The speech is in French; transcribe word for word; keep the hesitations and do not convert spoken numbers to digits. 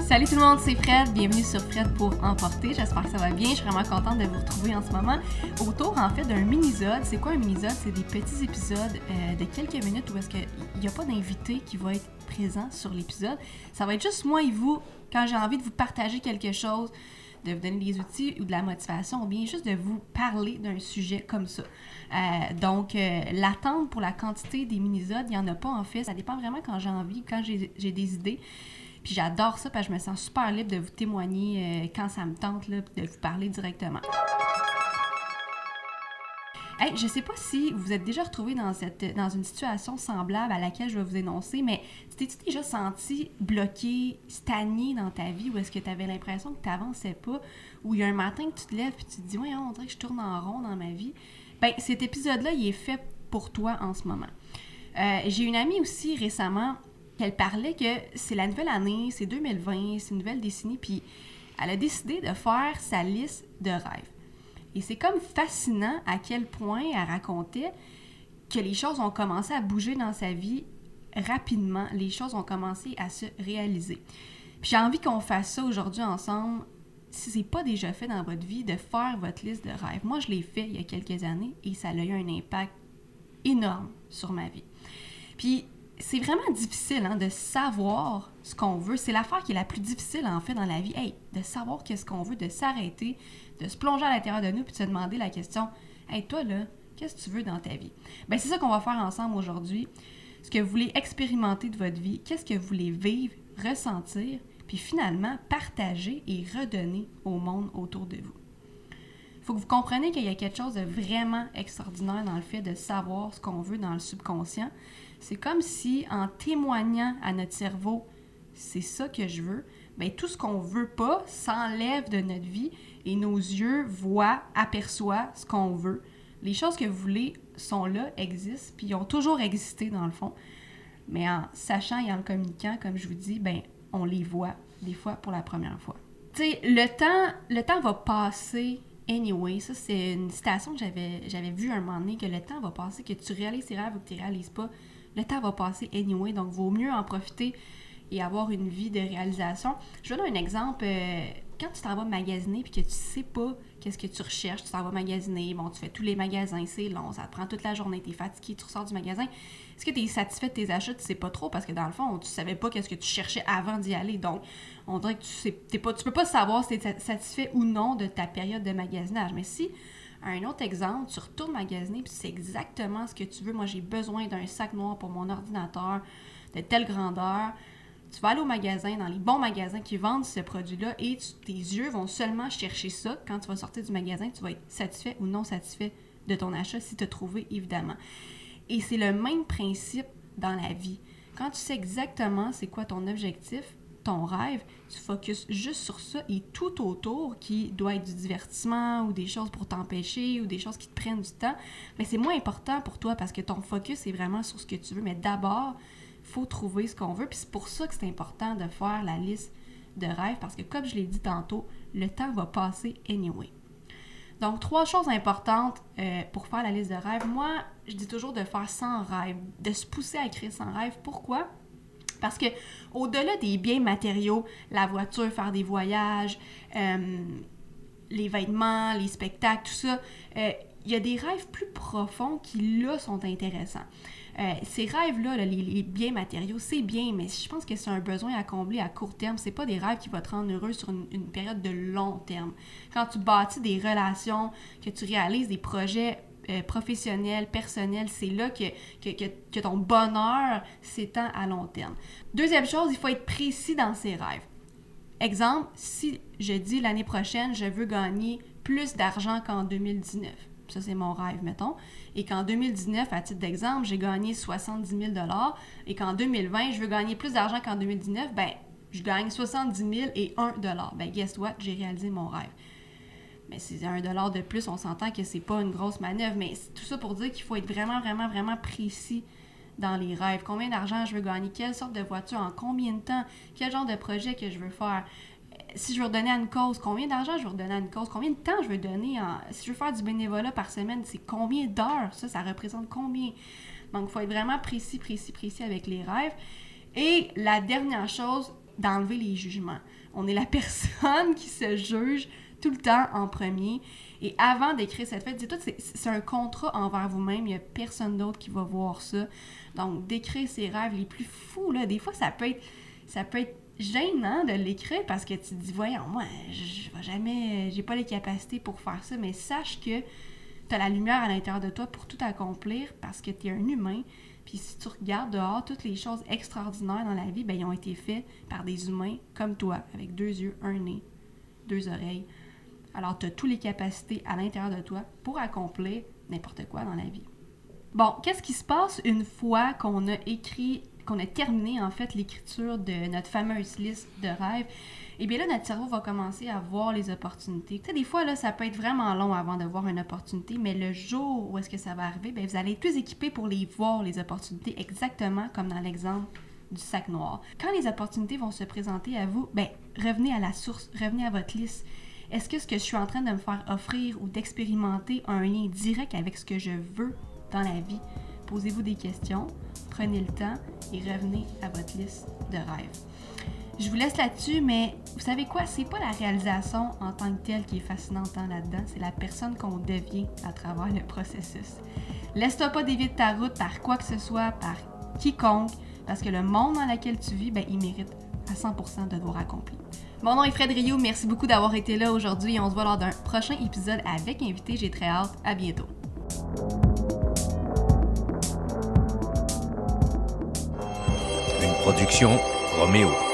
Salut tout le monde, c'est Fred, bienvenue sur Fred pour emporter, j'espère que ça va bien, je suis vraiment contente de vous retrouver en ce moment autour en fait d'un mini-sode. C'est quoi un mini-sode? C'est des petits épisodes euh, de quelques minutes où est-ce qu'il n'y a pas d'invité qui va être présent sur l'épisode. Ça va être juste moi et vous quand j'ai envie de vous partager quelque chose, de vous donner des outils ou de la motivation ou bien juste de vous parler d'un sujet comme ça. Euh, donc, euh, l'attente pour la quantité des mini-sodes, il n'y en a pas en fait, ça dépend vraiment quand j'ai envie, quand j'ai, j'ai des idées. Puis j'adore ça parce que je me sens super libre de vous témoigner euh, quand ça me tente là, de vous parler directement. Hey, je sais pas si vous êtes déjà retrouvé dans, cette, dans une situation semblable à laquelle je vais vous énoncer, mais t'es-tu déjà senti bloqué, stagné dans ta vie, ou est-ce que tu avais l'impression que tu n'avançais pas, ou il y a un matin que tu te lèves et tu te dis « Ouais, on dirait que je tourne en rond dans ma vie ». Bien, cet épisode-là, il est fait pour toi en ce moment. Euh, j'ai une amie aussi récemment, elle parlait que c'est la nouvelle année, c'est deux mille vingt, c'est une nouvelle décennie, puis elle a décidé de faire sa liste de rêves. Et c'est comme fascinant à quel point elle racontait que les choses ont commencé à bouger dans sa vie rapidement, les choses ont commencé à se réaliser. Puis j'ai envie qu'on fasse ça aujourd'hui ensemble, si c'est pas déjà fait dans votre vie, de faire votre liste de rêves. Moi, je l'ai fait il y a quelques années et ça a eu un impact énorme sur ma vie. Puis c'est vraiment difficile hein, de savoir ce qu'on veut. C'est l'affaire qui est la plus difficile en fait dans la vie. Hey, de savoir qu'est-ce qu'on veut, de s'arrêter, de se plonger à l'intérieur de nous puis de se demander la question « Hey, toi là, qu'est-ce que tu veux dans ta vie? » Bien, c'est ça qu'on va faire ensemble aujourd'hui. Ce que vous voulez expérimenter de votre vie, qu'est-ce que vous voulez vivre, ressentir, puis finalement partager et redonner au monde autour de vous. Il faut que vous compreniez qu'il y a quelque chose de vraiment extraordinaire dans le fait de savoir ce qu'on veut dans le subconscient. C'est comme si, en témoignant à notre cerveau, c'est ça que je veux, bien, tout ce qu'on veut pas s'enlève de notre vie et nos yeux voient, aperçoivent ce qu'on veut. Les choses que vous voulez sont là, existent, puis ils ont toujours existé dans le fond. Mais en sachant et en le communiquant, comme je vous dis, bien, on les voit, des fois pour la première fois. Tu sais, le temps, le temps va passer anyway. Ça, c'est une citation que j'avais, j'avais vue un moment donné, que le temps va passer, que tu réalises tes rêves ou que tu ne réalises pas. Le temps va passer anyway, donc il vaut mieux en profiter et avoir une vie de réalisation. Je vais donner un exemple. Euh, quand tu t'en vas magasiner et que tu sais pas qu'est-ce que tu recherches, tu t'en vas magasiner, bon, tu fais tous les magasins, c'est long, ça te prend toute la journée, tu es fatigué, tu ressors du magasin. Est-ce que tu es satisfait de tes achats? Tu sais pas trop parce que dans le fond, tu savais pas qu'est-ce que tu cherchais avant d'y aller. Donc, on dirait que tu sais, t'es pas, tu peux pas savoir si tu es satisfait ou non de ta période de magasinage. Mais si, un autre exemple, tu retournes magasiner puis c'est exactement ce que tu veux. Moi, j'ai besoin d'un sac noir pour mon ordinateur de telle grandeur. Tu vas aller au magasin, dans les bons magasins qui vendent ce produit-là et tu, tes yeux vont seulement chercher ça. Quand tu vas sortir du magasin, tu vas être satisfait ou non satisfait de ton achat si tu as trouvé, évidemment. Et c'est le même principe dans la vie. Quand tu sais exactement c'est quoi ton objectif, ton rêve, tu focuses juste sur ça et tout autour qui doit être du divertissement ou des choses pour t'empêcher ou des choses qui te prennent du temps, mais c'est moins important pour toi parce que ton focus est vraiment sur ce que tu veux. Mais d'abord, il faut trouver ce qu'on veut. Puis c'est pour ça que c'est important de faire la liste de rêves parce que comme je l'ai dit tantôt, le temps va passer anyway. Donc, trois choses importantes euh, pour faire la liste de rêves. Moi, je dis toujours de faire cent rêves, de se pousser à écrire cent rêves. Pourquoi? Parce que au-delà des biens matériaux, la voiture, faire des voyages, euh, les vêtements, les spectacles, tout ça, euh, il y a des rêves plus profonds qui, là, sont intéressants. Euh, ces rêves-là, là, les, les biens matériaux, c'est bien, mais je pense que c'est un besoin à combler à court terme. C'est pas des rêves qui vont te rendre heureux sur une, une période de long terme. Quand tu bâtis des relations, que tu réalises des projets euh, professionnels, personnels, c'est là que, que, que, que ton bonheur s'étend à long terme. Deuxième chose, il faut être précis dans ses rêves. Exemple, si je dis l'année prochaine, je veux gagner plus d'argent qu'en deux mille dix-neuf. Ça, c'est mon rêve, mettons. Et qu'en deux mille dix-neuf, à titre d'exemple, j'ai gagné soixante-dix mille dollars et qu'en deux mille vingt, je veux gagner plus d'argent qu'en deux mille dix-neuf, ben je gagne soixante-dix mille et un dollar. Ben guess what? J'ai réalisé mon rêve. Mais c'est un dollar de plus, on s'entend que c'est pas une grosse manœuvre, mais c'est tout ça pour dire qu'il faut être vraiment, vraiment, vraiment précis dans les rêves. Combien d'argent je veux gagner? Quelle sorte de voiture? En combien de temps? Quel genre de projet que je veux faire? Si je veux redonner à une cause, combien d'argent je veux redonner à une cause? Combien de temps je veux donner? En... Si je veux faire du bénévolat par semaine, c'est combien d'heures? Ça, ça représente combien? Donc, il faut être vraiment précis, précis, précis avec les rêves. Et la dernière chose, d'enlever les jugements. On est la personne qui se juge tout le temps en premier. Et avant d'écrire cette feuille, dis-toi, c'est, c'est un contrat envers vous-même. Il n'y a personne d'autre qui va voir ça. Donc, d'écrire ses rêves les plus fous, là, des fois, ça peut être, ça peut être gênant de l'écrire parce que tu te dis, voyons, moi, je, je vais jamais, j'ai pas les capacités pour faire ça. Mais sache que tu as la lumière à l'intérieur de toi pour tout accomplir parce que tu es un humain. Puis si tu regardes dehors, toutes les choses extraordinaires dans la vie, ben, ils ont été faits par des humains comme toi, avec deux yeux, un nez, deux oreilles. Alors, tu as toutes les capacités à l'intérieur de toi pour accomplir n'importe quoi dans la vie. Bon, qu'est-ce qui se passe une fois qu'on a écrit, qu'on a terminé en fait l'écriture de notre fameuse liste de rêves? Eh bien là, notre cerveau va commencer à voir les opportunités. Tu sais, des fois, là, ça peut être vraiment long avant de voir une opportunité, mais le jour où est-ce que ça va arriver, bien, vous allez être plus équipés pour les voir, les opportunités, exactement comme dans l'exemple du sac noir. Quand les opportunités vont se présenter à vous, bien, revenez à la source, revenez à votre liste. Est-ce que ce que je suis en train de me faire offrir ou d'expérimenter a un lien direct avec ce que je veux dans la vie? Posez-vous des questions, prenez le temps et revenez à votre liste de rêves. Je vous laisse là-dessus, mais vous savez quoi? C'est pas la réalisation en tant que telle qui est fascinante là-dedans, c'est la personne qu'on devient à travers le processus. Laisse-toi pas dévier de ta route par quoi que ce soit, par quiconque, parce que le monde dans lequel tu vis, ben, il mérite à cent pour cent de devoir accompli. Mon nom est Fred Rio, merci beaucoup d'avoir été là aujourd'hui et on se voit lors d'un prochain épisode avec invité. J'ai très hâte. À bientôt. Une production Roméo.